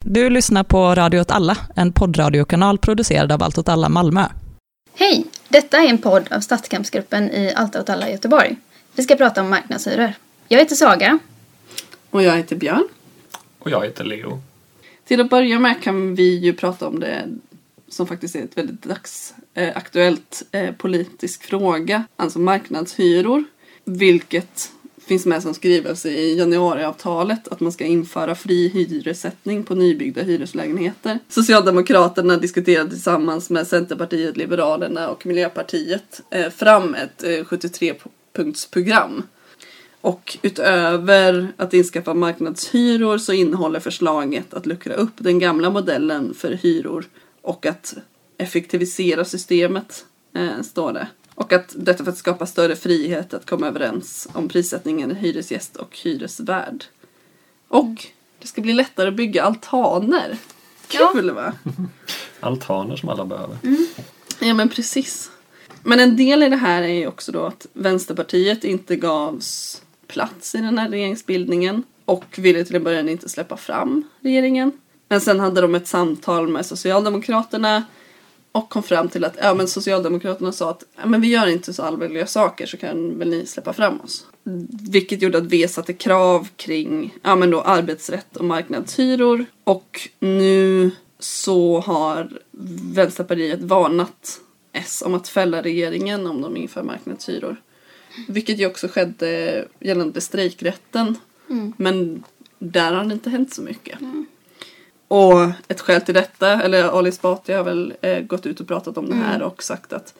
Du lyssnar på Radio åt alla, en poddradiokanal producerad av Allt åt alla Malmö. Hej, detta är en podd av Stadskampsgruppen i Allt åt alla Göteborg. Vi ska prata om marknadshyror. Jag heter Saga. Och jag heter Björn. Och jag heter Leo. Till att börja med kan vi ju prata om det som faktiskt är ett väldigt dagsaktuellt politisk fråga. Alltså marknadshyror. Vilket finns med som skrivelse i januariavtalet att man ska införa fri hyressättning på nybyggda hyreslägenheter. Socialdemokraterna diskuterade tillsammans med Centerpartiet, Liberalerna och Miljöpartiet fram ett 73-punktsprogram. Och utöver att inskaffa marknadshyror så innehåller förslaget att luckra upp den gamla modellen för hyror och att effektivisera systemet, står det. Och att detta för att skapa större frihet att komma överens om prissättningen hyresgäst och hyresvärd. Och det ska bli lättare att bygga altaner. Kul, va? Altaner som alla behöver. Ja, men precis. Men en del i det här är ju också då att Vänsterpartiet inte gavs plats i den här regeringsbildningen. Och ville till en början inte släppa fram regeringen. Men sen hade de ett samtal med Socialdemokraterna. Och kom fram till att men Socialdemokraterna sa att men vi gör inte så allvarliga saker så kan väl ni släppa fram oss. Vilket gjorde att V satte krav kring då arbetsrätt och marknadshyror. Och nu så har Vänsterpartiet varnat S om att fälla regeringen om de inför marknadshyror. Vilket ju också skedde gällande strejkrätten. Men där har det inte hänt så mycket. Och ett skäl till detta, eller Ali Esbati har väl gått ut och pratat om det här och sagt att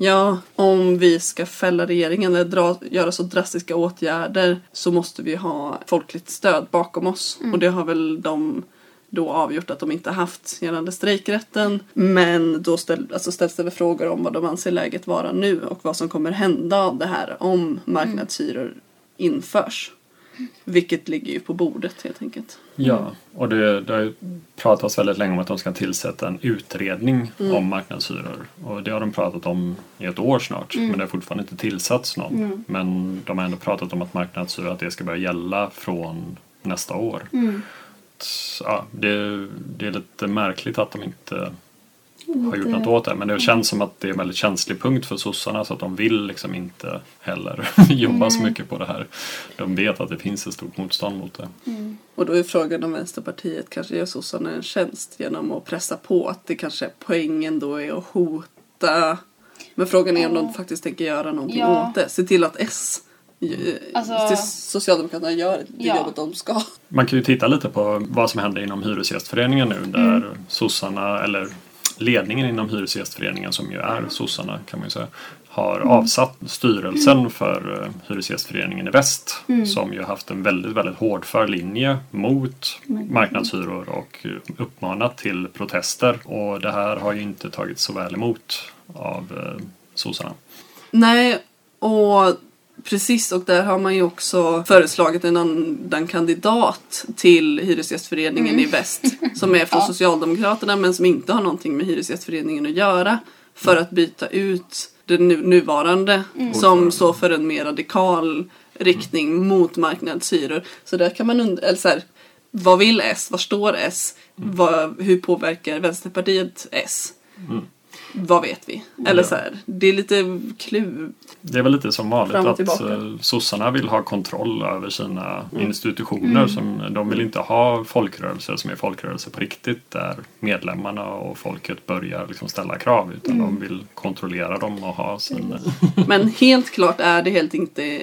om vi ska fälla regeringen eller göra så drastiska åtgärder så måste vi ha folkligt stöd bakom oss. Och det har väl de då avgjort att de inte haft gällande strejkrätten. Men då ställs det frågor om vad de anser läget vara nu och vad som kommer hända av det här om marknadshyror införs. Vilket ligger ju på bordet helt enkelt. Ja, och det har pratats väldigt länge om att de ska tillsätta en utredning om marknadshyror. Och det har de pratat om i ett år snart. Men det har fortfarande inte tillsatts någon. Men de har ändå pratat om att marknadshyror att det ska börja gälla från nästa år. Så, det är lite märkligt att de inte har gjort något åt det. Men det känns som att det är en väldigt känslig punkt för sossarna så att de vill liksom inte heller jobba så mycket på det här. De vet att det finns ett stort motstånd mot det. Och då är frågan om Vänsterpartiet kanske gör sossarna en tjänst genom att pressa på att det kanske poängen då är att hota. Men frågan är om de faktiskt tänker göra någonting åt det. Se till att Socialdemokraterna gör det jobbet de ska. Man kan ju titta lite på vad som händer inom Hyresgästföreningen nu där sossarna eller ledningen inom Hyresgästföreningen som ju är sossarna kan man ju säga har avsatt styrelsen för Hyresgästföreningen i väst som ju haft en väldigt, väldigt hårdför linje mot marknadshyror och uppmanat till protester och det här har ju inte tagit så väl emot av sossarna. Nej, och precis, och där har man ju också föreslagit en annan kandidat till Hyresgästföreningen i väst som är från Socialdemokraterna men som inte har någonting med Hyresgästföreningen att göra för att byta ut den nuvarande som står för en mer radikal riktning mot marknadshyror. Så där kan man vad vill S? Var står S? Hur påverkar Vänsterpartiet S? Vad vet vi? Eller det är lite klur. Det är väl lite som vanligt att sossarna vill ha kontroll över sina institutioner. De vill inte ha folkrörelser som är folkrörelser på riktigt där medlemmarna och folket börjar liksom ställa krav utan de vill kontrollera dem och ha sin... Men helt klart är det helt inte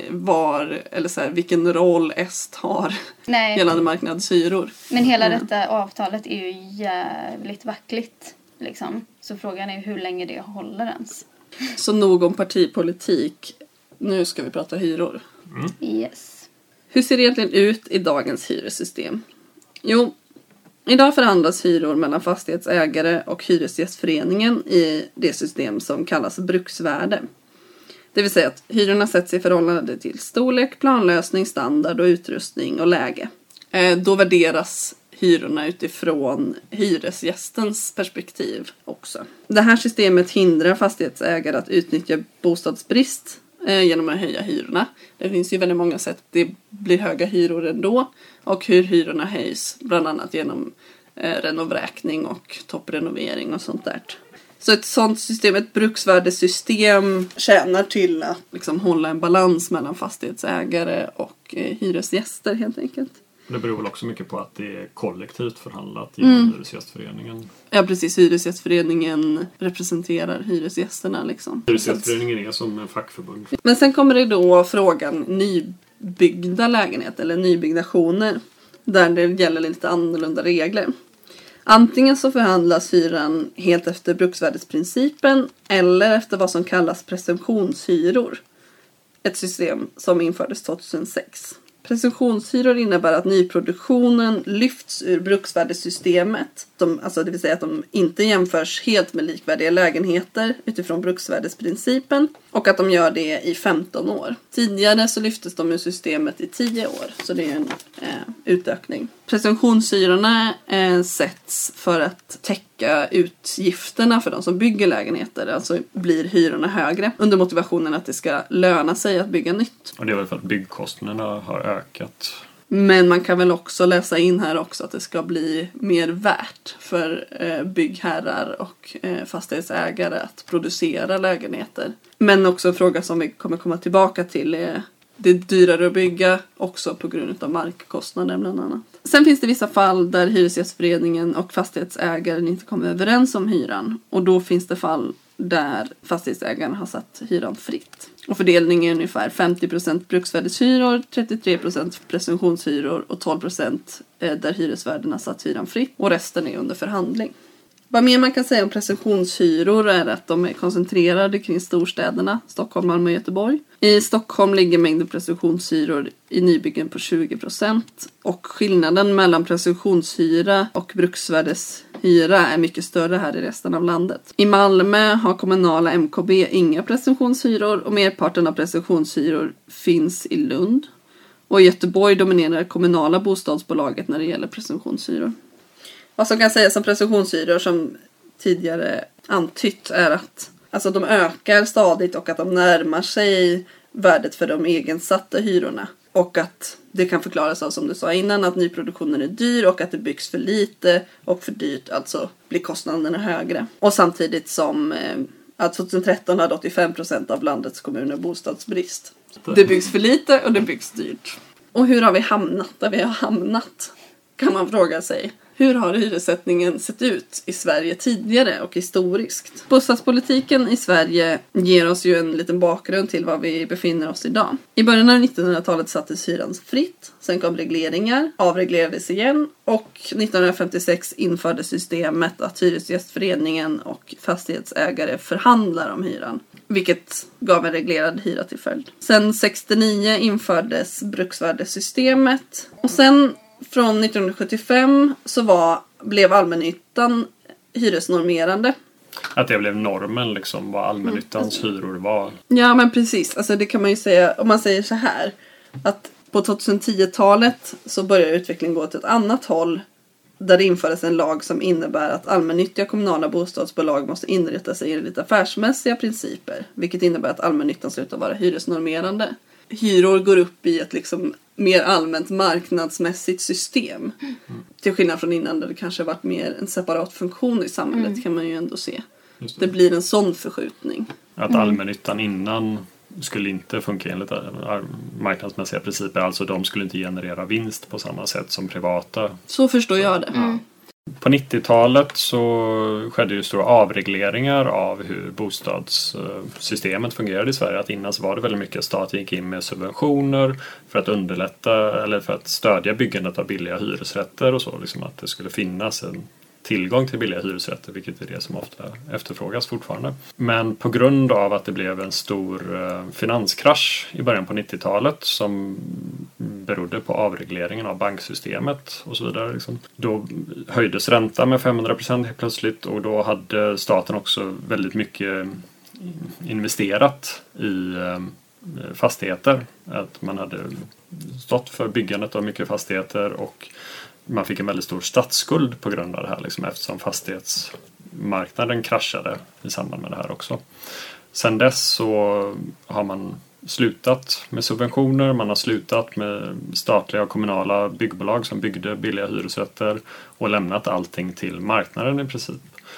vilken roll est har gällande marknadshyror. Men hela detta avtalet är ju jävligt vackligt. Liksom. Så frågan är hur länge det håller ens. Så nog om partipolitik. Nu ska vi prata hyror. Yes. Hur ser det egentligen ut i dagens hyressystem? Jo, idag förhandlas hyror mellan fastighetsägare och Hyresgästföreningen i det system som kallas bruksvärde. Det vill säga att hyrorna sätts i förhållande till storlek, planlösning, standard och utrustning och läge. Då värderas hyrorna utifrån hyresgästens perspektiv också. Det här systemet hindrar fastighetsägare att utnyttja bostadsbrist genom att höja hyrorna. Det finns ju väldigt många sätt. Det blir höga hyror ändå och hur hyrorna höjs bland annat genom renovräkning och topprenovering och sånt där. Så ett sånt system, ett bruksvärdessystem, tjänar till att liksom hålla en balans mellan fastighetsägare och hyresgäster helt enkelt. Det beror väl också mycket på att det är kollektivt förhandlat genom Hyresgästföreningen. Ja, precis. Hyresgästföreningen representerar hyresgästerna liksom. Hyresgästföreningen är som en fackförbund. Men sen kommer det då frågan nybyggda lägenheter eller nybyggnationer. Där det gäller lite annorlunda regler. Antingen så förhandlas hyran helt efter bruksvärdesprincipen eller efter vad som kallas presumtionshyror. Ett system som infördes 2006. Presumtionshyror innebär att nyproduktionen lyfts ur bruksvärdessystemet. Det vill säga att de inte jämförs helt med likvärdiga lägenheter utifrån bruksvärdesprincipen. Och att de gör det i 15 år. Tidigare så lyftes de ur systemet i 10 år. Så det är en utökning. Presumtionshyrorna sätts för att täcka utgifterna för de som bygger lägenheter. Alltså blir hyrorna högre. Under motivationen att det ska löna sig att bygga nytt. Och det är väl för att byggkostnaderna har ökat. Men man kan väl också läsa in här också att det ska bli mer värt för byggherrar och fastighetsägare att producera lägenheter. Men också en fråga som vi kommer komma tillbaka till är det är dyrare att bygga också på grund av markkostnader bland annat. Sen finns det vissa fall där Hyresgästföreningen och fastighetsägaren inte kommer överens om hyran. Och då finns det fall där fastighetsägaren har satt hyran fritt. Och fördelningen är ungefär 50% bruksvärdeshyror, 33% presumtionshyror och 12% där hyresvärden har satt hyran fritt. Och resten är under förhandling. Vad mer man kan säga om presumtionshyror är att de är koncentrerade kring storstäderna, Stockholm, Malmö och Göteborg. I Stockholm ligger mängden presumtionshyror i nybyggen på 20%. Och skillnaden mellan presumtionshyra och bruksvärdeshyra är mycket större här i resten av landet. I Malmö har kommunala MKB inga presumtionshyror och merparten av presumtionshyror finns i Lund. Och i Göteborg dominerar kommunala bostadsbolaget när det gäller presumtionshyror. Vad som kan sägas om presumtionshyror som tidigare antytt är att de ökar stadigt och att de närmar sig värdet för de egensatta hyrorna. Och att det kan förklaras av, som du sa innan, att nyproduktionen är dyr och att det byggs för lite och för dyrt, alltså blir kostnaderna högre. Och samtidigt som att 2013 hade 85% av landets kommuner bostadsbrist. Det byggs för lite och det byggs dyrt. Och hur har vi hamnat där vi har hamnat? Kan man fråga sig. Hur har hyressättningen sett ut i Sverige tidigare och historiskt? Bostadspolitiken i Sverige ger oss ju en liten bakgrund till var vi befinner oss idag. I början av 1900-talet sattes hyran fritt, sen kom regleringar, avreglerades igen och 1956 infördes systemet att Hyresgästföreningen och fastighetsägare förhandlar om hyran. Vilket gav en reglerad hyra till följd. Sen 69 infördes bruksvärdessystemet och sen från 1975 så blev allmännyttan hyresnormerande. Att det blev normen liksom, vad allmännyttans hyror var. Ja, men precis. Alltså det kan man ju säga, om man säger så här. Att på 2010-talet så började utvecklingen gå åt ett annat håll. Där det infördes en lag som innebär att allmännyttiga kommunala bostadsbolag måste inrätta sig enligt affärsmässiga principer. Vilket innebär att allmännyttan slutar vara hyresnormerande. Hyror går upp i ett liksom mer allmänt marknadsmässigt system. Till skillnad från innan där det kanske varit mer en separat funktion i samhället kan man ju ändå se. Det blir en sån förskjutning. Att allmännyttan innan skulle inte funka enligt marknadsmässiga principer. Alltså de skulle inte generera vinst på samma sätt som privata. Så förstår jag det. På 90-talet så skedde ju stora avregleringar av hur bostadssystemet fungerade i Sverige. Att innan så var det väldigt mycket staten gick in med subventioner för att underlätta eller för att stödja byggandet av billiga hyresrätter och så. Liksom att det skulle finnas en tillgång till billiga hyresrätter, vilket är det som ofta efterfrågas fortfarande. Men på grund av att det blev en stor finanskrasch i början på 90-talet som berodde på avregleringen av banksystemet och så vidare. Liksom. Då höjdes räntan med 500% helt plötsligt och då hade staten också väldigt mycket investerat i fastigheter. Att man hade stått för byggandet av mycket fastigheter och man fick en väldigt stor statsskuld på grund av det här liksom, eftersom fastighetsmarknaden kraschade i samband med det här också. Sen dess så har man slutat med subventioner, man har slutat med statliga och kommunala byggbolag som byggde billiga hyresrätter och lämnat allting till marknaden i princip.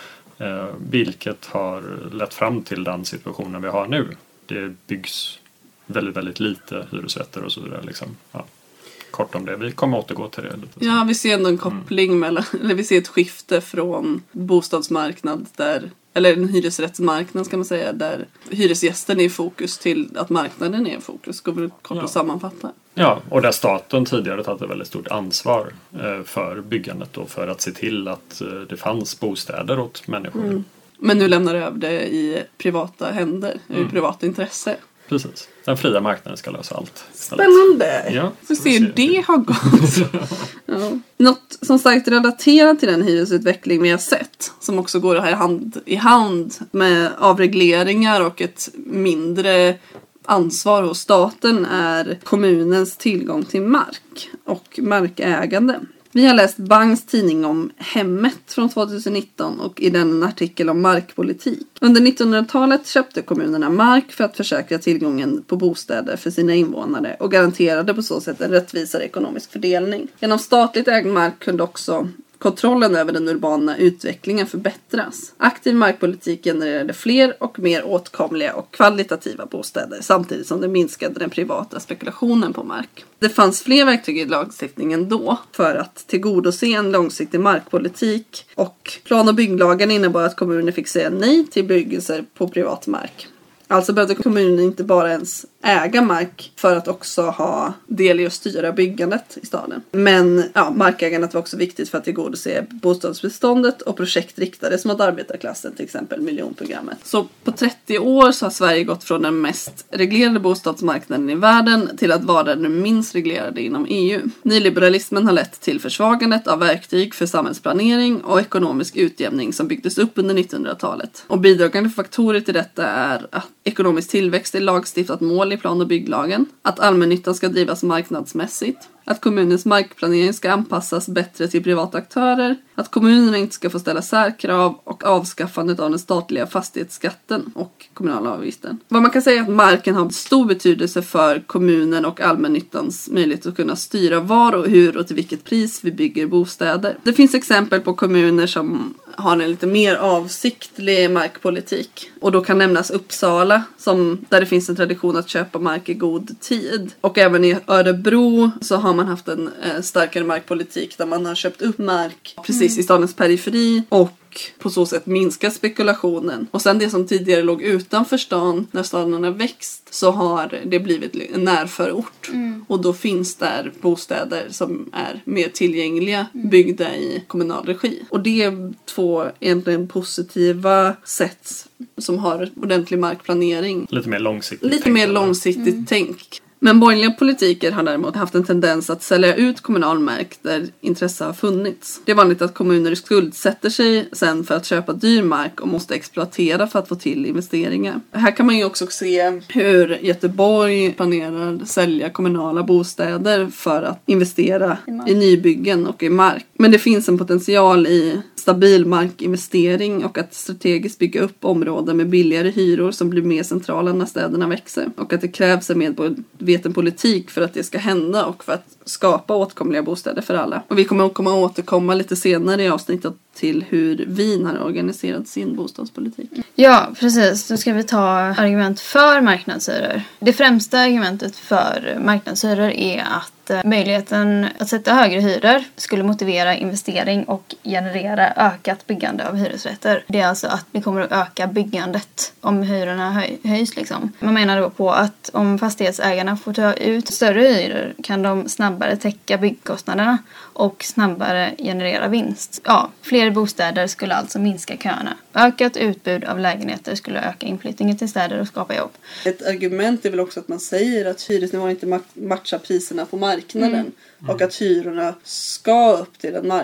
Vilket har lett fram till den situationen vi har nu. Det byggs väldigt, väldigt lite hyresrätter och så vidare. Liksom. Ja. Kort om det. Vi kommer återgå till det lite. Ja, vi ser ändå en koppling mellan, eller vi ser ett skifte från bostadsmarknad där, eller en hyresrättsmarknad ska man säga, där hyresgästen är i fokus till att marknaden är i fokus. Går väl kort att sammanfatta. Ja, och där staten tidigare tagit ett väldigt stort ansvar för byggandet och för att se till att det fanns bostäder åt människor. Mm. Men nu lämnar över det i privata händer, i privata intresse. Precis. Den fria marknaden ska lösa allt. Spännande! Ja, får se hur det har gått. Ja. Något som starkt relaterat till den hyresutveckling vi har sett, som också går här hand i hand med avregleringar och ett mindre ansvar hos staten, är kommunens tillgång till mark och markägande. Vi har läst Bangs tidning om Hemmet från 2019 och i den en artikel om markpolitik. Under 1900-talet köpte kommunerna mark för att försäkra tillgången på bostäder för sina invånare och garanterade på så sätt en rättvisare ekonomisk fördelning. Genom statligt ägd mark kunde också kontrollen över den urbana utvecklingen förbättras. Aktiv markpolitik genererade fler och mer åtkomliga och kvalitativa bostäder samtidigt som det minskade den privata spekulationen på mark. Det fanns fler verktyg i lagstiftningen då för att tillgodose en långsiktig markpolitik, och plan- och bygglagen innebar att kommuner fick säga nej till byggelser på privat mark. Alltså behövde kommunen inte bara ens äga mark för att också ha del i att styra byggandet i staden. Men markägandet var också viktigt för att tillgodose bostadsbeståndet och projekt riktade mot arbetarklassen, till exempel miljonprogrammet. Så på 30 år så har Sverige gått från den mest reglerade bostadsmarknaden i världen till att vara den minst reglerade inom EU. Nyliberalismen har lett till försvagandet av verktyg för samhällsplanering och ekonomisk utjämning som byggdes upp under 1900-talet. Och bidragande faktorer till detta är att ekonomisk tillväxt är lagstiftat mål i plan- och bygglagen, att allmännyttan ska drivas marknadsmässigt, att kommunens markplanering ska anpassas bättre till privata aktörer, att kommunerna inte ska få ställa särkrav och avskaffandet av den statliga fastighetsskatten och kommunala avgiften. Vad man kan säga är att marken har stor betydelse för kommunen och allmännyttans möjlighet att kunna styra var och hur och till vilket pris vi bygger bostäder. Det finns exempel på kommuner som har en lite mer avsiktlig markpolitik, och då kan nämnas Uppsala där det finns en tradition att köpa mark i god tid, och även i Örebro så har man haft en starkare markpolitik där man har köpt upp mark precis i stadens periferi och på så sätt minska spekulationen. Och sen det som tidigare låg utanför stan, när staden har växt, så har det blivit en närförort. Och då finns där bostäder som är mer tillgängliga, byggda i kommunal regi. Och det är två egentligen positiva sätt som har ordentlig markplanering. Lite mer långsiktigt tänk. Men borgerliga politiker har däremot haft en tendens att sälja ut kommunal mark där intresse har funnits. Det är vanligt att kommuner skuldsätter sig sen för att köpa dyr mark och måste exploatera för att få till investeringar. Här kan man ju också se hur Göteborg planerar att sälja kommunala bostäder för att investera i nybyggen och i mark. Men det finns en potential i stabil markinvestering och att strategiskt bygga upp områden med billigare hyror som blir mer centrala när städerna växer. Och att det krävs en medveten politik för att det ska hända och för att skapa åtkomliga bostäder för alla. Och vi kommer återkomma lite senare i avsnittet till hur Wien har organiserat sin bostadspolitik. Ja, precis. Då ska vi ta argument för marknadshyror. Det främsta argumentet för marknadshyror är att möjligheten att sätta högre hyror skulle motivera investering och generera ökat byggande av hyresrätter. Det är alltså att det kommer att öka byggandet om hyrorna höjs liksom. Man menar då på att om fastighetsägarna får ta ut större hyror kan de snabbare täcka byggkostnaderna och snabbare generera vinst. Ja, fler bostäder skulle alltså minska köerna. Ökat utbud av lägenheter skulle öka inflyttningen till städer och skapa jobb. Ett argument är väl också att man säger att hyresnivån inte matchar priserna på marknaden. Och att hyrorna ska upp till en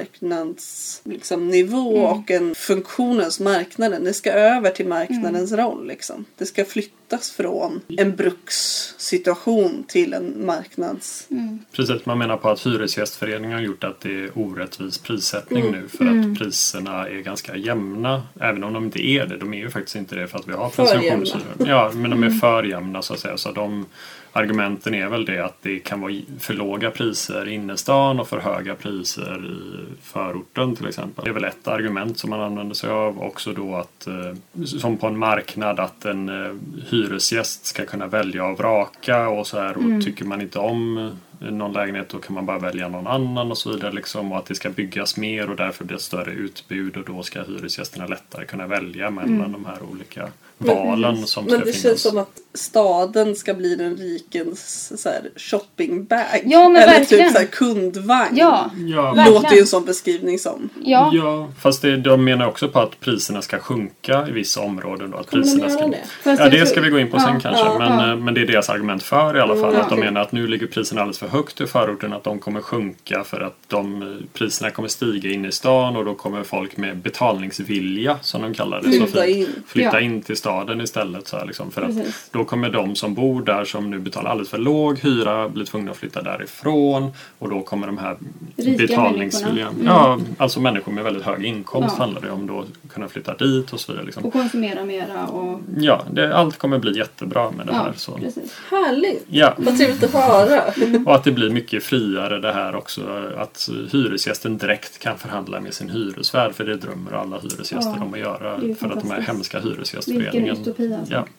marknadsnivå och en funktionens marknaden. Det ska över till marknadens roll. Liksom. Det ska flytta flyttas från en brukssituation till en marknads... Precis, man menar på att hyresgästföreningen har gjort att det är orättvis prissättning nu för att priserna är ganska jämna, även om de inte är det. De är ju faktiskt inte det för att vi har presumtionshyror. Ja, men de är för jämna så att säga. Så argumenten är väl det att det kan vara för låga priser i innerstan och för höga priser i förorten till exempel. Det är väl ett argument som man använder sig av. Också då att, som på en marknad, att en hyresgäst ska kunna välja och vraka och så här. Och tycker man inte om någon lägenhet, då kan man bara välja någon annan och så vidare liksom, och att det ska byggas mer och därför blir det större utbud och då ska hyresgästerna lättare kunna välja mellan de här olika valen som ska finnas. Men det känns som att staden ska bli den rikens så här, shoppingbag. Ja, men eller verkligen. typ så här, kundvagn. Ja, låter ju en sån beskrivning som. Ja, fast de menar också på att priserna ska sjunka i vissa områden. Då, att priserna ska... det? Ja, det ska vi gå in på sen kanske. Men det är deras argument för i alla fall. Att de menar att nu ligger priserna alldeles för högt i förorten, att de kommer sjunka för att priserna kommer stiga in i stan och då kommer folk med betalningsvilja, som de kallar det, flytta in till staden istället. Så här, liksom, för att då kommer de som bor där som nu betalar alldeles för låg hyra bli tvungna att flytta därifrån och då kommer de här betalningsviljan. Ja, alltså människor med väldigt hög inkomst handlar det om då kunna flytta dit och så vidare. Liksom. Och konsumera mera. Och... Ja, allt kommer bli jättebra med det här. Så. Härligt! Ja. Vad trevligt att höra! Och att det blir mycket friare det här också. Att hyresgästen direkt kan förhandla med sin hyresvärd. För det drömmer alla hyresgäster om att göra. För att de här hemska hyresgästföreningen. Vilken utopi alltså. Ja.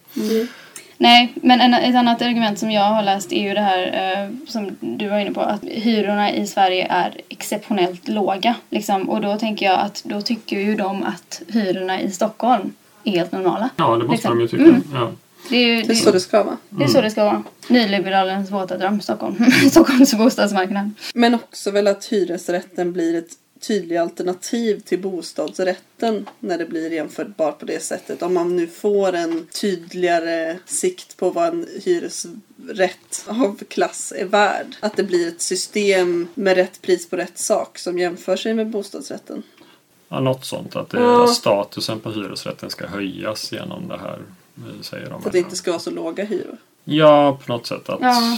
Nej, men ett annat argument som jag har läst är ju det här som du var inne på. Att hyrorna i Sverige är exceptionellt låga. Liksom. Och då tänker jag att då tycker ju de att hyrorna i Stockholm är helt normala. Ja, det måste de ju tycka. Ja. Det är så det ska vara. Det är så det ska vara. Nyliberalens våta dröm, Stockholms bostadsmarknad. Men också väl att hyresrätten blir ett tydligt alternativ till bostadsrätten när det blir jämförbart på det sättet. Om man nu får en tydligare sikt på vad en hyresrätt av klass är värd. Att det blir ett system med rätt pris på rätt sak som jämför sig med bostadsrätten. Ja, något sånt. Att statusen på hyresrätten ska höjas genom det här, säger de. För att det inte ska vara så låga hyror. Ja, på något sätt.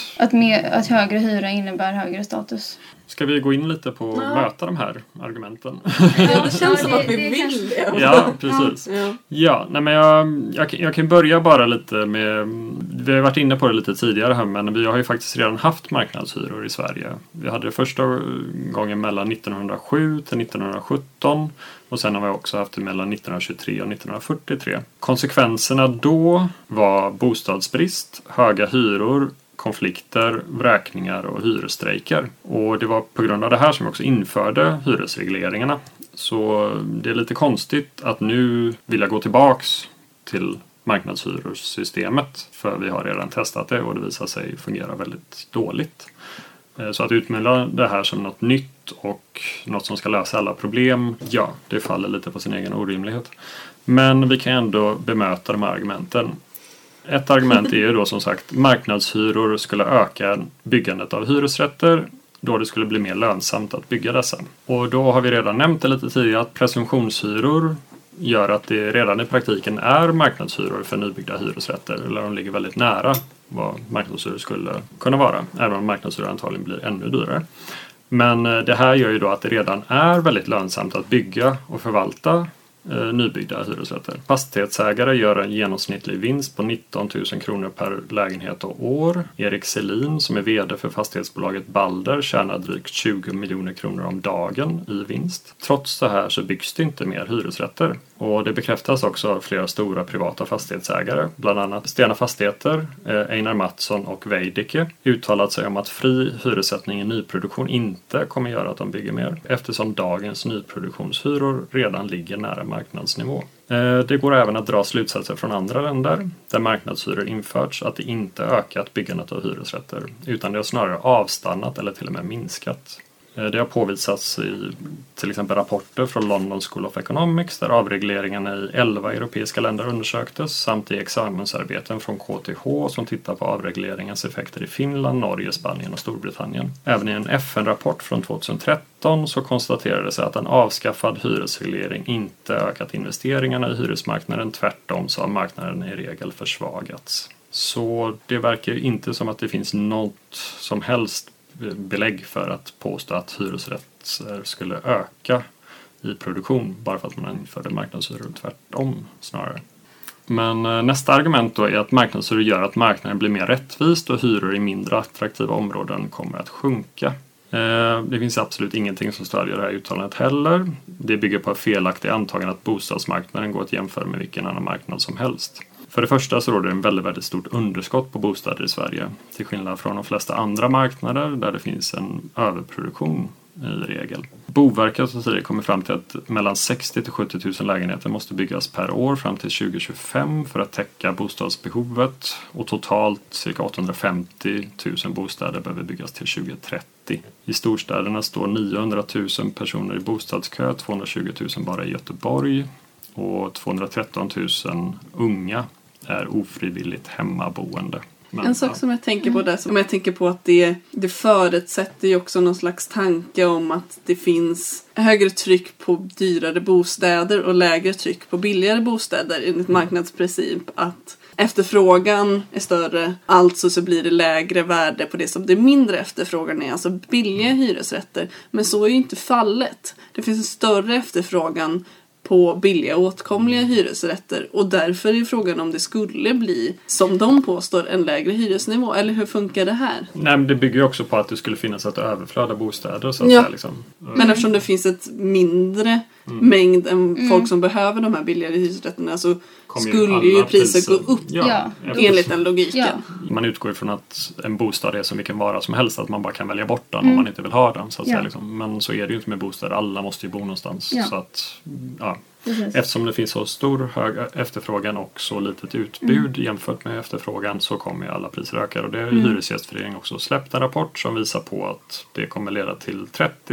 Att högre hyra innebär högre status. Ska vi gå in lite på att möta de här argumenten? Ja, det känns som att vi vill det. Ja, precis. Ja, nej, men jag kan börja bara lite med... Vi har varit inne på det lite tidigare här, men vi har ju faktiskt redan haft marknadshyror i Sverige. Vi hade det första gången mellan 1907 till 1917 och sen har vi också haft det mellan 1923 och 1943. Konsekvenserna då var bostadsbrist, höga hyror, konflikter, vräkningar och hyresstrejker. Och det var på grund av det här som vi också införde hyresregleringarna. Så det är lite konstigt att nu vill jag gå tillbaks till marknadshyressystemet. För vi har redan testat det och det visar sig fungera väldigt dåligt. Så att utmåla det här som något nytt och något som ska lösa alla problem, ja, det faller lite på sin egen orimlighet. Men vi kan ändå bemöta de här argumenten. Ett argument är ju då som sagt marknadshyror skulle öka byggandet av hyresrätter då det skulle bli mer lönsamt att bygga dessa. Och då har vi redan nämnt det lite tidigare att presumtionshyror gör att det redan i praktiken är marknadshyror för nybyggda hyresrätter eller de ligger väldigt nära vad marknadshyror skulle kunna vara, även om marknadshyror antagligen blir ännu dyrare. Men det här gör ju då att det redan är väldigt lönsamt att bygga och förvalta nybyggda hyresrätter. Fastighetsägare gör en genomsnittlig vinst på 19 000 kronor per lägenhet och år. Erik Selin som är vd för fastighetsbolaget Balder tjänar drygt 20 miljoner kronor om dagen i vinst. Trots det här så byggs det inte mer hyresrätter. Och det bekräftas också av flera stora privata fastighetsägare, bland annat Stena Fastigheter, Einar Mattsson och Veidekke, uttalat sig om att fri hyressättning i nyproduktion inte kommer göra att de bygger mer, eftersom dagens nyproduktionshyror redan ligger nära marknadsnivå. Det går även att dra slutsatser från andra länder där marknadshyror införts att det inte ökat byggandet av hyresrätter, utan det har snarare avstannat eller till och med minskat. Det har påvisats i till exempel rapporter från London School of Economics där avregleringarna i 11 europeiska länder undersöktes samt i examensarbeten från KTH som tittar på avregleringens effekter i Finland, Norge, Spanien och Storbritannien. Även i en FN-rapport från 2013 så konstaterades att en avskaffad hyresreglering inte ökat investeringarna i hyresmarknaden, tvärtom så har marknaden i regel försvagats. Så det verkar inte som att det finns något som helst belägg för att påstå att hyresrätter skulle öka i produktion bara för att man införde marknadshyror, tvärtom snarare. Men nästa argument då är att marknadshyror gör att marknaden blir mer rättvist och hyror i mindre attraktiva områden kommer att sjunka. Det finns absolut ingenting som stödjer det här uttalandet heller. Det bygger på ett felaktigt antagande att bostadsmarknaden går att jämföra med vilken annan marknad som helst. För det första så råder det en väldigt stort underskott på bostäder i Sverige. Till skillnad från de flesta andra marknader där det finns en överproduktion i regel. Boverket så tidigare kommer fram till att mellan 60 till 70 000 lägenheter måste byggas per år fram till 2025 för att täcka bostadsbehovet. Och totalt cirka 850 000 bostäder behöver byggas till 2030. I storstäderna står 900 000 personer i bostadskö, 220 000 bara i Göteborg. Och 213 000 unga är ofrivilligt hemmaboende. Men, en sak som jag tänker på där, som jag tänker på att det förutsätter ju också någon slags tanke om att det finns högre tryck på dyrare bostäder och lägre tryck på billigare bostäder enligt marknadsprincip, att efterfrågan är större, alltså så blir det lägre värde på det som det mindre efterfrågan är, alltså billiga hyresrätter. Men så är ju inte fallet. Det finns en större efterfrågan på billiga åtkomliga hyresrätter och därför är frågan om det skulle bli, som de påstår, en lägre hyresnivå. Eller hur funkar det här? Nej, men det bygger ju också på att det skulle finnas ett överflöd av bostäder. Så att säga, liksom. Men eftersom det finns ett mindre mängd än folk som behöver de här billigare hyresrätterna så skulle ju priset gå upp enligt den logiken. Ja. Man utgår ifrån att en bostad är som vilken vara som helst, att man bara kan välja bort den om man inte vill ha den. Så att säga, liksom. Men så är det ju inte med bostäder, alla måste ju bo någonstans. Så att, eftersom det finns så stor hög efterfrågan och så litet utbud jämfört med efterfrågan så kommer alla priser öka. Och det har Hyresgästföreningen också släppt en rapport som visar på att det kommer leda till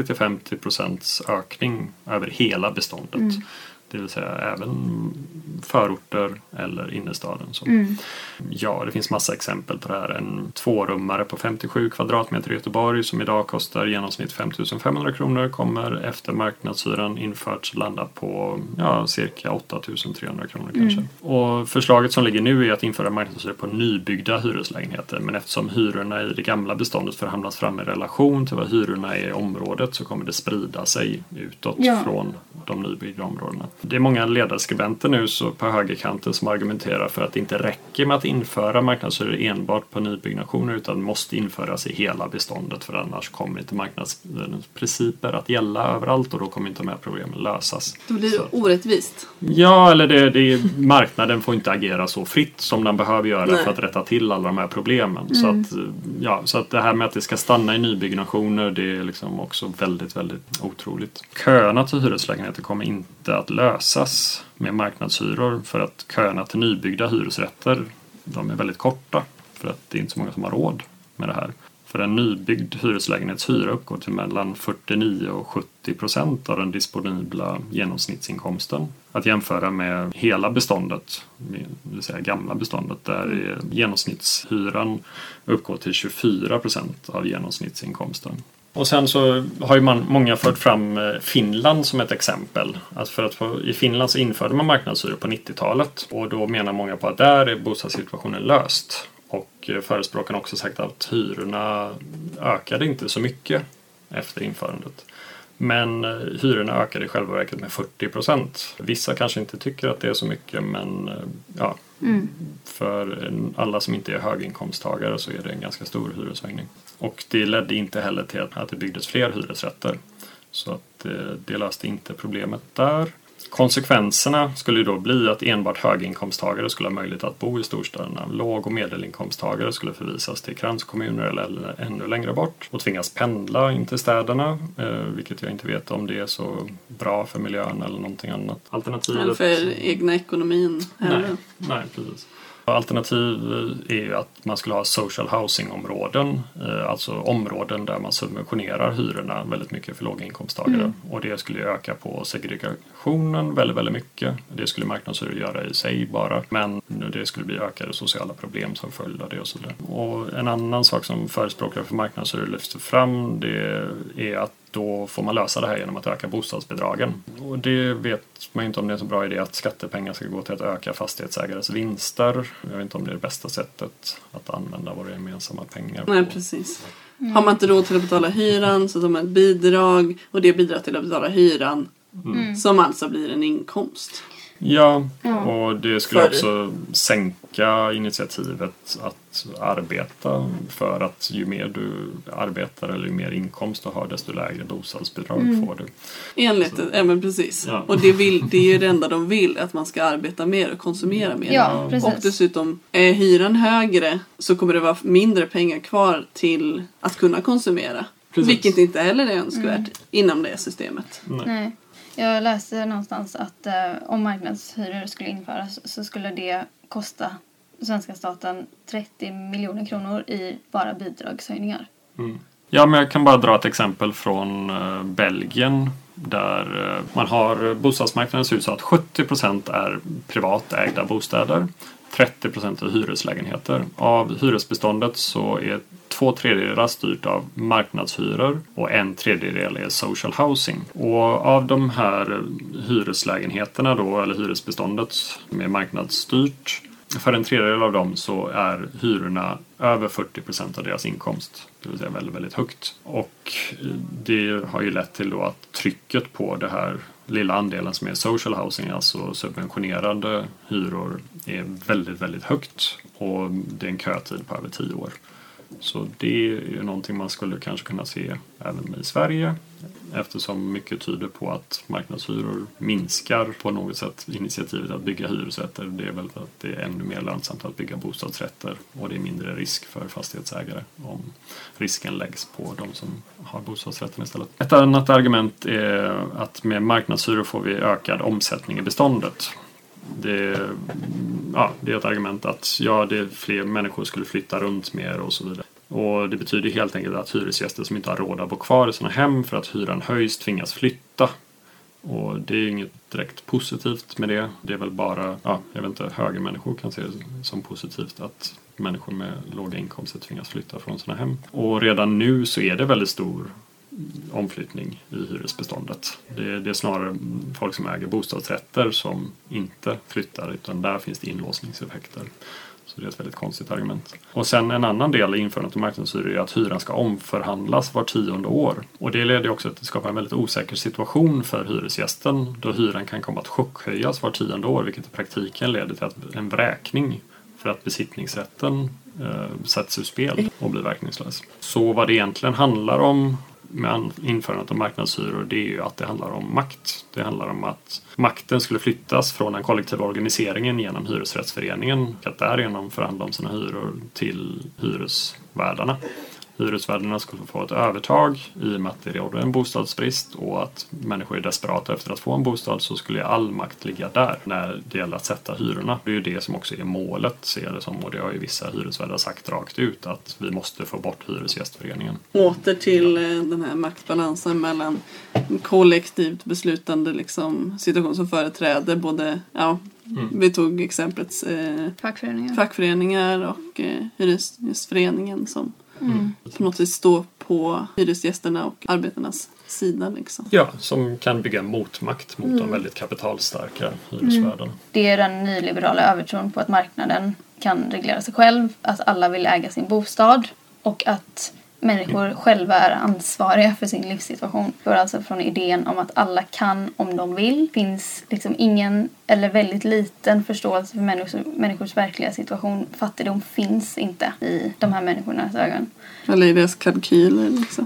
30-50% ökning över hela beståndet. Det vill säga även förorter eller innerstaden. Ja, det finns massa exempel på det här. En 2-rummare på 57 kvadratmeter i Göteborg som idag kostar i genomsnitt 5 500 kronor kommer efter marknadshyran införts landa på cirka 8 300 kronor kanske. Och förslaget som ligger nu är att införa marknadshyror på nybyggda hyreslägenheter. Men eftersom hyrorna i det gamla beståndet förhandlas fram i relation till vad hyrorna är i området så kommer det sprida sig utåt från de nybyggda områdena. Det är många ledarskribenter nu så på högerkanten som argumenterar för att det inte räcker med att införa marknadshyror enbart på nybyggnationer utan måste införas i hela beståndet för annars kommer inte marknadsprinciper att gälla överallt och då kommer inte de här problemen lösas. Då blir det orättvist. Ja, eller marknaden får inte agera så fritt som den behöver göra för att rätta till alla de här problemen. Så att det här med att det ska stanna i nybyggnationer det är liksom också väldigt, väldigt otroligt. Köerna till hyreslägenheter kommer inte att lösas med marknadshyror för att köerna till nybyggda hyresrätter de är väldigt korta för att det är inte så många som har råd med det här. För en nybyggd hyreslägenhetshyra uppgår till mellan 49 och 70% av den disponibla genomsnittsinkomsten. Att jämföra med hela beståndet, det vill säga gamla beståndet, där genomsnittshyran uppgår till 24% av genomsnittsinkomsten. Och sen så har ju många fört fram Finland som ett exempel. I Finland så införde man marknadshyror på 90-talet och då menar många på att där är bostadssituationen löst. Och förespråkarna har också sagt att hyrorna ökade inte så mycket efter införandet. Men hyrorna ökade i själva verket med 40%. Vissa kanske inte tycker att det är så mycket men för alla som inte är höginkomsttagare så är det en ganska stor hyreshöjning. Och det ledde inte heller till att det byggdes fler hyresrätter. Så att det löste inte problemet där. Konsekvenserna skulle ju då bli att enbart höginkomsttagare skulle ha möjlighet att bo i storstäderna. Låg- och medelinkomsttagare skulle förvisas till kranskommuner eller ännu längre bort och tvingas pendla in till städerna, vilket jag inte vet om det är så bra för miljön eller någonting annat. Alternativet... Eller för egna ekonomin. Nej, precis. Alternativ är ju att man skulle ha social housing-områden, alltså områden där man subventionerar hyrorna väldigt mycket för låga inkomsttagare. Och det skulle ju öka på segregationen väldigt, väldigt mycket. Det skulle marknadshyror göra i sig bara, men det skulle bli ökade sociala problem som följd av det och så vidare. Och en annan sak som förespråkare för marknadshyror lyfter fram, det är att då får man lösa det här genom att öka bostadsbidragen. Och det vet man inte om det är en så bra idé att skattepengar ska gå till att öka fastighetsägares vinster. Jag vet inte om det är det bästa sättet att använda våra gemensamma pengar på. Nej, precis. Har man inte råd till att betala hyran så tar man ett bidrag och det bidrar till att betala hyran som alltså blir en inkomst. Ja, och det skulle också sänka initiativet att arbeta, för att ju mer du arbetar eller ju mer inkomst du har desto lägre bostadsbidrag får du. Enligt, men precis. Ja. Och det är ju det enda de vill, att man ska arbeta mer och konsumera mer. Ja, precis. Och dessutom är hyran högre så kommer det vara mindre pengar kvar till att kunna konsumera. Precis. Vilket inte heller är önskvärt inom det systemet. Nej. Jag läste någonstans att om marknadshyror skulle införas så skulle det kosta svenska staten 30 miljoner kronor i bara bidragshöjningar. Ja, men jag kan bara dra ett exempel från Belgien där man har bostadsmarknaden ser ut så att 70% är privatägda bostäder, 30% är hyreslägenheter. Av hyresbeståndet så är 2/3 styrt av marknadshyror och 1/3 är social housing. Och av de här hyreslägenheterna då, eller hyresbeståndet med marknadsstyrt, för 1/3 av dem så är hyrorna över 40% av deras inkomst. Det vill säga väldigt, väldigt högt. Och det har ju lett till då att trycket på det här lilla andelen som är social housing, alltså subventionerade hyror, är väldigt, väldigt högt. Och det är en kötid på över 10 år. Så det är ju någonting man skulle kanske kunna se även i Sverige, eftersom mycket tyder på att marknadshyror minskar på något sätt initiativet att bygga hyresrätter. Det är väl att det är ännu mer lönsamt att bygga bostadsrätter och det är mindre risk för fastighetsägare om risken läggs på de som har bostadsrätten istället. Ett annat argument är att med marknadshyror får vi ökad omsättning i beståndet. Det är ett argument att det är fler människor skulle flytta runt mer och så vidare. Och det betyder helt enkelt att hyresgäster som inte har råd att bo kvar i sina hem för att hyran höjs tvingas flytta. Och det är inget direkt positivt med det. Det är väl bara, jag vet inte, högermänniskor kan se det som positivt att människor med låga inkomster tvingas flytta från sina hem. Och redan nu så är det väldigt stor omflyttning i hyresbeståndet. Det är snarare folk som äger bostadsrätter som inte flyttar, utan där finns det inlåsningseffekter. Så det är ett väldigt konstigt argument. Och sen en annan del i införandet av marknadshyror är att hyran ska omförhandlas var 10:e år. Och det leder också att det skapar en väldigt osäker situation för hyresgästen, då hyran kan komma att chockhöjas var 10:e år, vilket i praktiken leder till en vräkning för att besittningsrätten sätts ur spel och blir verkningslös. Så vad det egentligen handlar om med införandet av marknadshyror, det är ju att det handlar om makt. Det handlar om att makten skulle flyttas från den kollektiva organiseringen genom hyresrättsföreningen, att därigenom förhandla om sina hyror till hyresvärdarna. Hyresvärdarna skulle få ett övertag i och med att det råder en bostadsbrist och att människor är desperata efter att få en bostad, så skulle all makt ligga där när det gäller att sätta hyrorna. Det är ju det som också är målet, ser det som, och det har ju vissa hyresvärdar sagt rakt ut, att vi måste få bort hyresgästföreningen. Åter till den här maktbalansen mellan kollektivt beslutande situation som företräder både, vi tog exemplet fackföreningar och hyresgästföreningen som på något sätt stå på hyresgästerna och arbetarnas sida. Ja, som kan bygga motmakt mot de väldigt kapitalstarka hyresvärdarna. Det är den nyliberala övertron på att marknaden kan reglera sig själv, att alla vill äga sin bostad och att människor själva är ansvariga för sin livssituation. För alltså från idén om att alla kan om de vill. Finns ingen eller väldigt liten förståelse för människors verkliga situation. Fattigdom finns inte i de här människornas ögon. Eller i deras kalkyler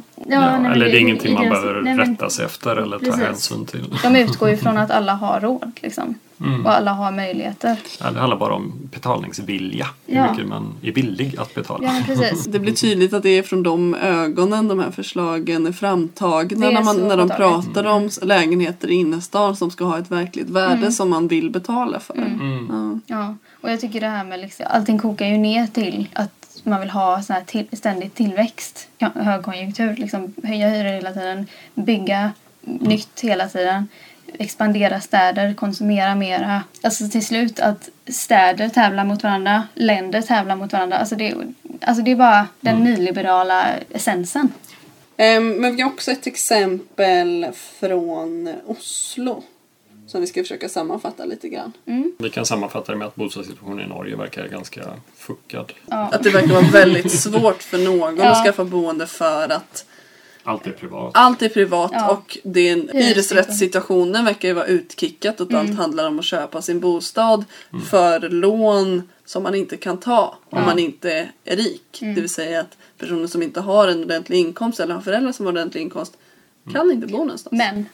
eller det är ingenting man behöver rätta sig efter eller ta hänsyn till. De utgår ju från att alla har råd Och alla har möjligheter. Ja, det handlar bara om betalningsvilja. Hur mycket man är villig att betala. Ja, precis. Det blir tydligt att det är från de ögonen de här förslagen är framtagna när de pratar om lägenheter i innerstan som ska ha ett verkligt värde som man vill betala för. Ja, och jag tycker det här med liksom, allting kokar ju ner till att man vill ha sån här ständig tillväxt, högkonjunktur, liksom höja hyror hela tiden, bygga nytt hela tiden, expandera städer, konsumera mera. Alltså till slut att städer tävlar mot varandra, länder tävlar mot varandra. Alltså det är bara den nyliberala essensen. Men vi har också ett exempel från Oslo som vi ska försöka sammanfatta lite grann. Vi kan sammanfatta det med att bostadssituationen i Norge verkar ganska fuckad. Ja. Att det verkar vara väldigt svårt för någon att skaffa boende för att allt är privat och hyresrättssituationen verkar ju vara utkickat och allt handlar om att köpa sin bostad för lån som man inte kan ta om man inte är rik. Det vill säga att personer som inte har en ordentlig inkomst eller har föräldrar som har en ordentlig inkomst kan inte bo någonstans. Men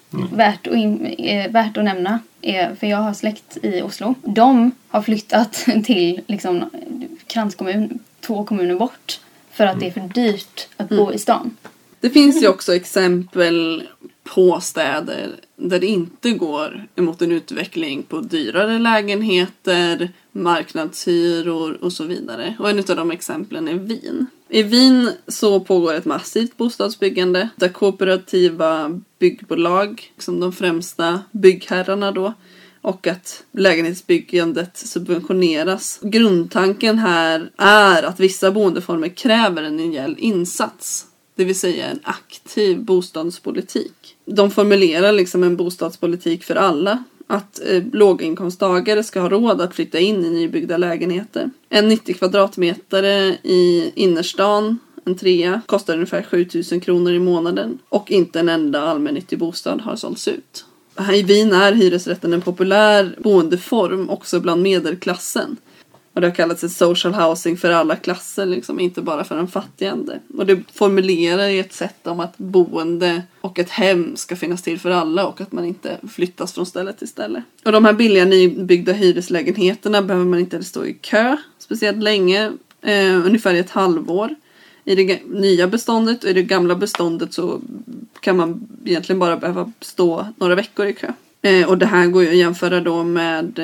värt att nämna är, för jag har släkt i Oslo. De har flyttat till liksom, kranskommun 2 kommuner bort för att det är för dyrt att bo i stan. Det finns ju också exempel på städer där det inte går emot en utveckling på dyrare lägenheter, marknadshyror och så vidare. Och en av de exemplen är Wien. I Wien så pågår ett massivt bostadsbyggande där kooperativa byggbolag, som de främsta byggherrarna då, och att lägenhetsbyggandet subventioneras. Grundtanken här är att vissa boendeformer kräver en rejäl insats. Det vill säga en aktiv bostadspolitik. De formulerar liksom en bostadspolitik för alla. Att låginkomsttagare ska ha råd att flytta in i nybyggda lägenheter. En 90 kvadratmeter i innerstan, en 3, kostar ungefär 7 000 kronor i månaden. Och inte en enda allmännyttig bostad har sålts ut. Här i Wien är hyresrätten en populär boendeform också bland medelklassen. Och det har kallats ett social housing för alla klasser, liksom, inte bara för den fattigande. Och det formulerar ju ett sätt om att boende och ett hem ska finnas till för alla och att man inte flyttas från ställe till ställe. Och de här billiga nybyggda hyreslägenheterna behöver man inte stå i kö speciellt länge, ungefär ett halvår. I det nya beståndet och i det gamla beståndet så kan man egentligen bara behöva stå några veckor i kö. Och det här går ju att jämföra då med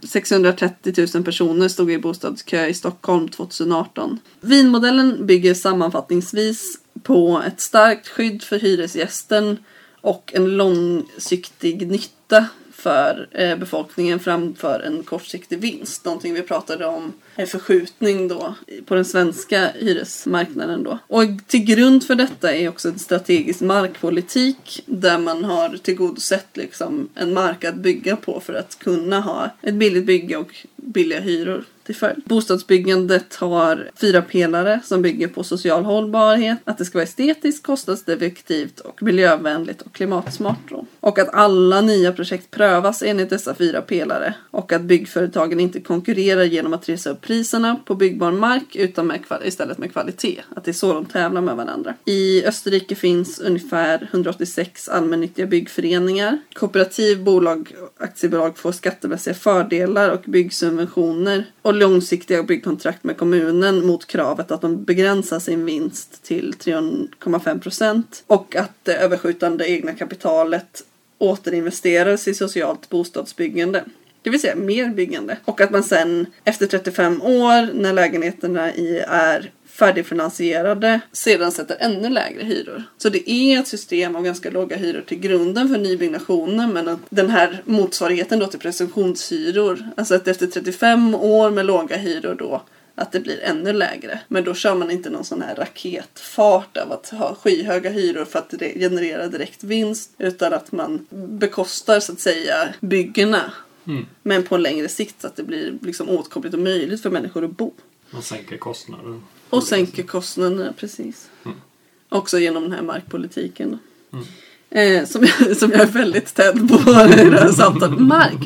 630 000 personer stod i bostadskö i Stockholm 2018. Wienmodellen bygger sammanfattningsvis på ett starkt skydd för hyresgästen och en långsiktig nytta för befolkningen framför en kortsiktig vinst. Någonting vi pratade om en förskjutning då på den svenska hyresmarknaden då. Och till grund för detta är också en strategisk markpolitik där man har tillgodosett liksom en mark att bygga på för att kunna ha ett billigt bygge och billiga hyror till följd. Bostadsbyggandet har 4 pelare som bygger på social hållbarhet, att det ska vara estetiskt, kostnadseffektivt och miljövänligt och klimatsmart då. Och att alla nya projekt prövas enligt dessa 4 pelare och att byggföretagen inte konkurrerar genom att resa upp priserna på byggbar mark utan istället med kvalitet. Att det är så de tävlar med varandra. I Österrike finns ungefär 186 allmännyttiga byggföreningar. Kooperativ, bolag och aktiebolag får skattemässiga fördelar och byggsubventioner och långsiktiga byggkontrakt med kommunen mot kravet att de begränsar sin vinst till 3,5% och att det överskjutande egna kapitalet återinvesteras i socialt bostadsbyggande. Det vill säga mer byggande. Och att man sen efter 35 år när lägenheterna är färdigfinansierade sedan sätter ännu lägre hyror. Så det är ett system av ganska låga hyror till grunden för nybyggnationen, men att den här motsvarigheten då till presumtionshyror, alltså att efter 35 år med låga hyror då att det blir ännu lägre. Men då kör man inte någon sån här raketfart av att ha skyhöga hyror för att generera direkt vinst, utan att man bekostar så att säga byggena. Men på en längre sikt så att det blir liksom åtkomligt och möjligt för människor att bo. Man sänker kostnader. Och sänker kostnaderna, precis. Också genom den här markpolitiken. Som jag är väldigt tänd på i det här samtalet. Mark.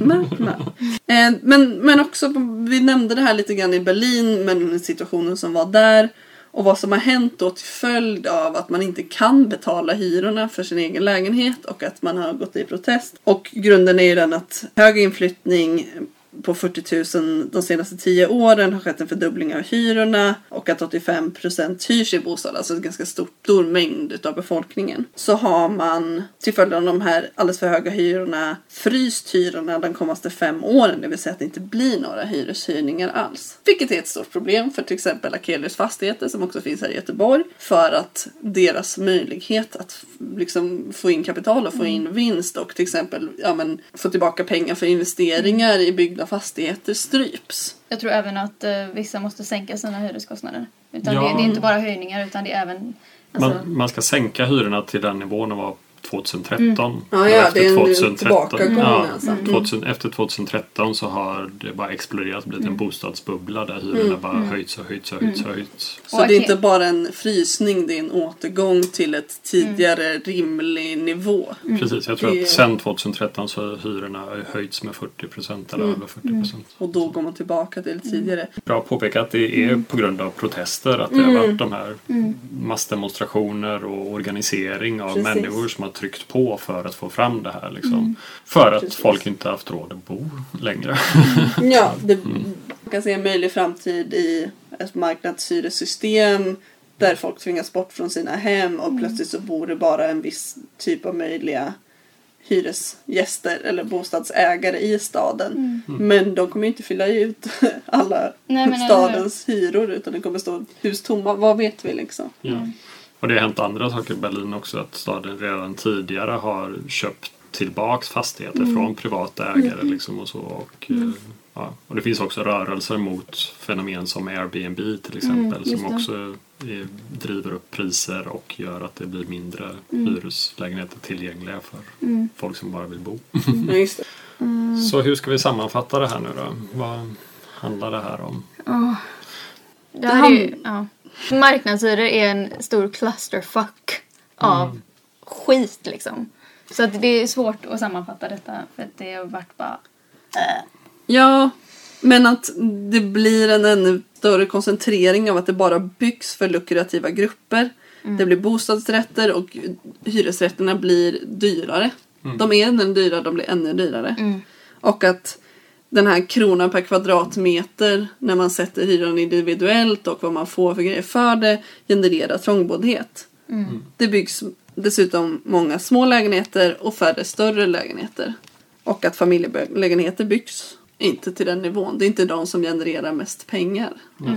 Men också, vi nämnde det här lite grann i Berlin med den situationen som var där. Och vad som har hänt då till följd av att man inte kan betala hyrorna för sin egen lägenhet och att man har gått i protest. Och grunden är ju den att hög inflyttning på 40 000 de senaste 10 åren har skett en fördubbling av hyrorna och att 85% hyrs i bostad, alltså en ganska stor mängd utav befolkningen. Så har man till följd av de här alldeles för höga hyrorna fryst hyrorna de kommande 5 åren, det vill säga att det inte blir några hyreshöjningar alls. Vilket är ett stort problem för till exempel Akelius fastigheter som också finns här i Göteborg, för att deras möjlighet att liksom få in kapital och få in vinst och till exempel få tillbaka pengar för investeringar i byggda fastigheter stryps. Jag tror även att vissa måste sänka sina hyreskostnader. Utan det är inte bara höjningar utan det är även... Alltså... Man ska sänka hyrorna till den nivån det var 2013. Ja, det är en tillbakagång. Efter 2013 så har det bara exploderat, blivit en bostadsbubbla där hyrorna bara höjts. Så det är inte bara en frysning, det är en återgång till ett tidigare rimlig nivå. Precis, jag tror att sen 2013 så har hyrorna höjts med 40% eller över 40%. Och då går man tillbaka till tidigare. Bra att påpeka att det är på grund av protester, att det har varit de här massdemonstrationer och organisering av människor som har tryckt på för att få fram det här liksom. För att folk inte haft råd att bo längre. Ja, man kan se en möjlig framtid i ett marknadshyresystem där folk tvingas bort från sina hem och plötsligt så bor det bara en viss typ av möjliga hyresgäster eller bostadsägare i staden. Men de kommer inte fylla ut alla stadens hyror, utan det kommer stå hus tomma. Vad vet vi liksom? Ja. Och det har hänt andra saker i Berlin också, att staden redan tidigare har köpt tillbaks fastigheter från privata ägare liksom och så. Och det finns också rörelser mot fenomen som Airbnb till exempel som också driver upp priser och gör att det blir mindre hyreslägenheter tillgängliga för folk som bara vill bo. Just det. Så hur ska vi sammanfatta det här nu då? Vad handlar det här om? Det här är ju, marknadshyror är en stor clusterfuck av skit liksom. Så att det är svårt att sammanfatta detta för att det har varit bara... Ja, men att det blir en ännu större koncentrering av att det bara byggs för lukrativa grupper. Det blir bostadsrätter och hyresrätterna blir dyrare. De är ännu dyrare, de blir ännu dyrare. Och att den här kronan per kvadratmeter när man sätter hyran individuellt och vad man får för grejer för det genererar trångboddhet. Det byggs dessutom många små lägenheter och färre större lägenheter. Och att familjelägenheter byggs inte till den nivån. Det är inte de som genererar mest pengar.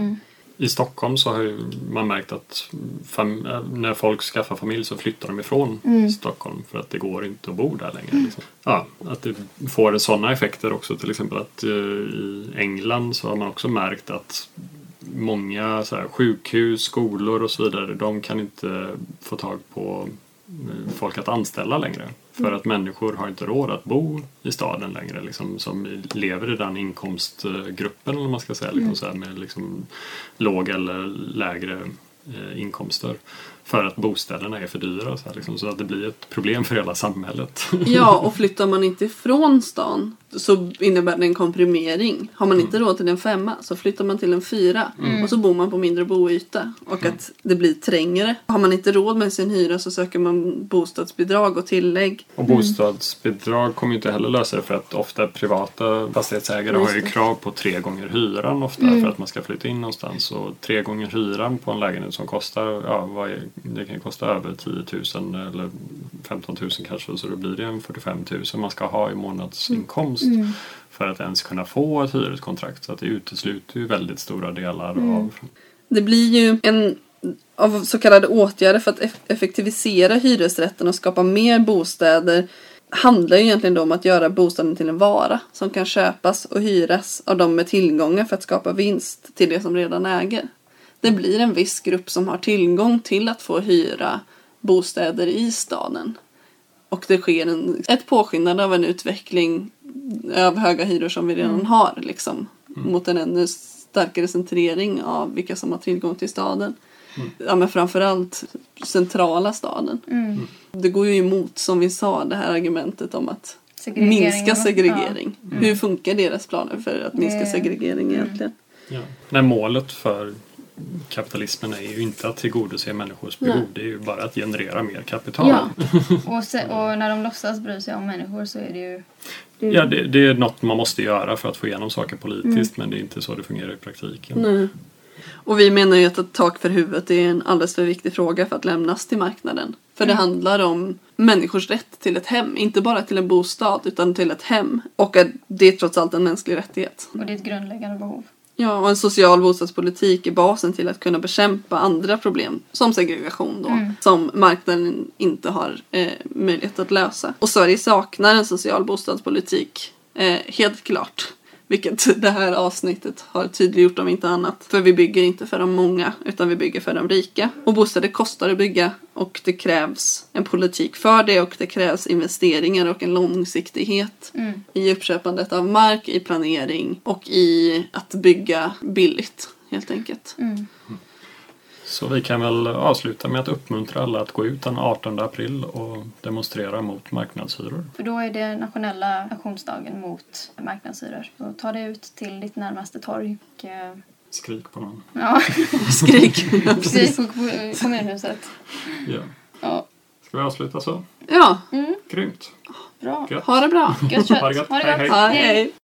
I Stockholm så har ju man märkt att när folk skaffar familj så flyttar de ifrån Stockholm för att det går inte att bo där längre. Liksom. Ja, att det får sådana effekter också. Till exempel att i England så har man också märkt att många så här, sjukhus, skolor och så vidare, de kan inte få tag på folk att anställa längre. För att människor har inte råd att bo i staden längre. Liksom, som lever i den inkomstgruppen, eller man ska säga. Liksom, så här, med liksom, låga eller lägre inkomster. För att bostäderna är för dyra. Så, här, liksom, så att det blir ett problem för hela samhället. Ja, och flyttar man inte ifrån stan så innebär det en komprimering. Har man inte råd till en 5 så flyttar man till en 4. Och så bor man på mindre boyta. Och att det blir trängre. Har man inte råd med sin hyra så söker man bostadsbidrag och tillägg. Och bostadsbidrag kommer ju inte heller lösa det, för att ofta privata fastighetsägare har ju krav på 3 gånger hyran ofta för att man ska flytta in någonstans. Och 3 gånger hyran på en lägenhet som kostar, det kan kosta över 10 000 eller 15 000 kanske, så då blir det en 45 000 man ska ha i månadsinkomst för att ens kunna få ett hyreskontrakt. Så att det utesluter ju väldigt stora delar av... Det blir ju av så kallade åtgärder för att effektivisera hyresrätten och skapa mer bostäder handlar ju egentligen då om att göra bostaden till en vara som kan köpas och hyras av de med tillgångar för att skapa vinst till det som redan äger. Det blir en viss grupp som har tillgång till att få hyra bostäder i staden. Och det sker ett påskyndande av en utveckling av höga hyror som vi redan har. Liksom, mot en ännu starkare centrering av vilka som har tillgång till staden. Ja, men framförallt centrala staden. Det går ju emot, som vi sa, det här argumentet om att minska segregering. Hur funkar deras planer för att minska segregering egentligen? Ja. När målet för kapitalismen är ju inte att tillgodose människors behov. Det är ju bara att generera mer kapital. Ja. Och när de låtsas bry sig om människor så är det ju... Ja, det är något man måste göra för att få igenom saker politiskt, men det är inte så det fungerar i praktiken. Nej. Och vi menar ju att ett tak för huvudet är en alldeles för viktig fråga för att lämnas till marknaden. För det handlar om människors rätt till ett hem. Inte bara till en bostad utan till ett hem. Och att det är trots allt en mänsklig rättighet. Och det är ett grundläggande behov. Ja, och en social bostadspolitik är basen till att kunna bekämpa andra problem. Som segregation då. Som marknaden inte har möjlighet att lösa. Och Sverige saknar en social bostadspolitik. Helt klart. Vilket det här avsnittet har tydliggjort om inte annat. För vi bygger inte för de många utan vi bygger för de rika. Och bostäder kostar att bygga och det krävs en politik för det. Och det krävs investeringar och en långsiktighet i uppköpandet av mark, i planering och i att bygga billigt helt enkelt. Så vi kan väl avsluta med att uppmuntra alla att gå ut den 18 april och demonstrera mot marknadshyror. För då är det nationella aktionsdagen mot marknadshyror. Så ta dig ut till ditt närmaste torg och... Skrik på någon. Ja, Skrik. precis på kommunhuset. Ja. Ska vi avsluta så? Ja. Grymt. Bra. Gött. Ha det bra. Gött kött. Ha det gött. Ha det gott. Hej. Hej.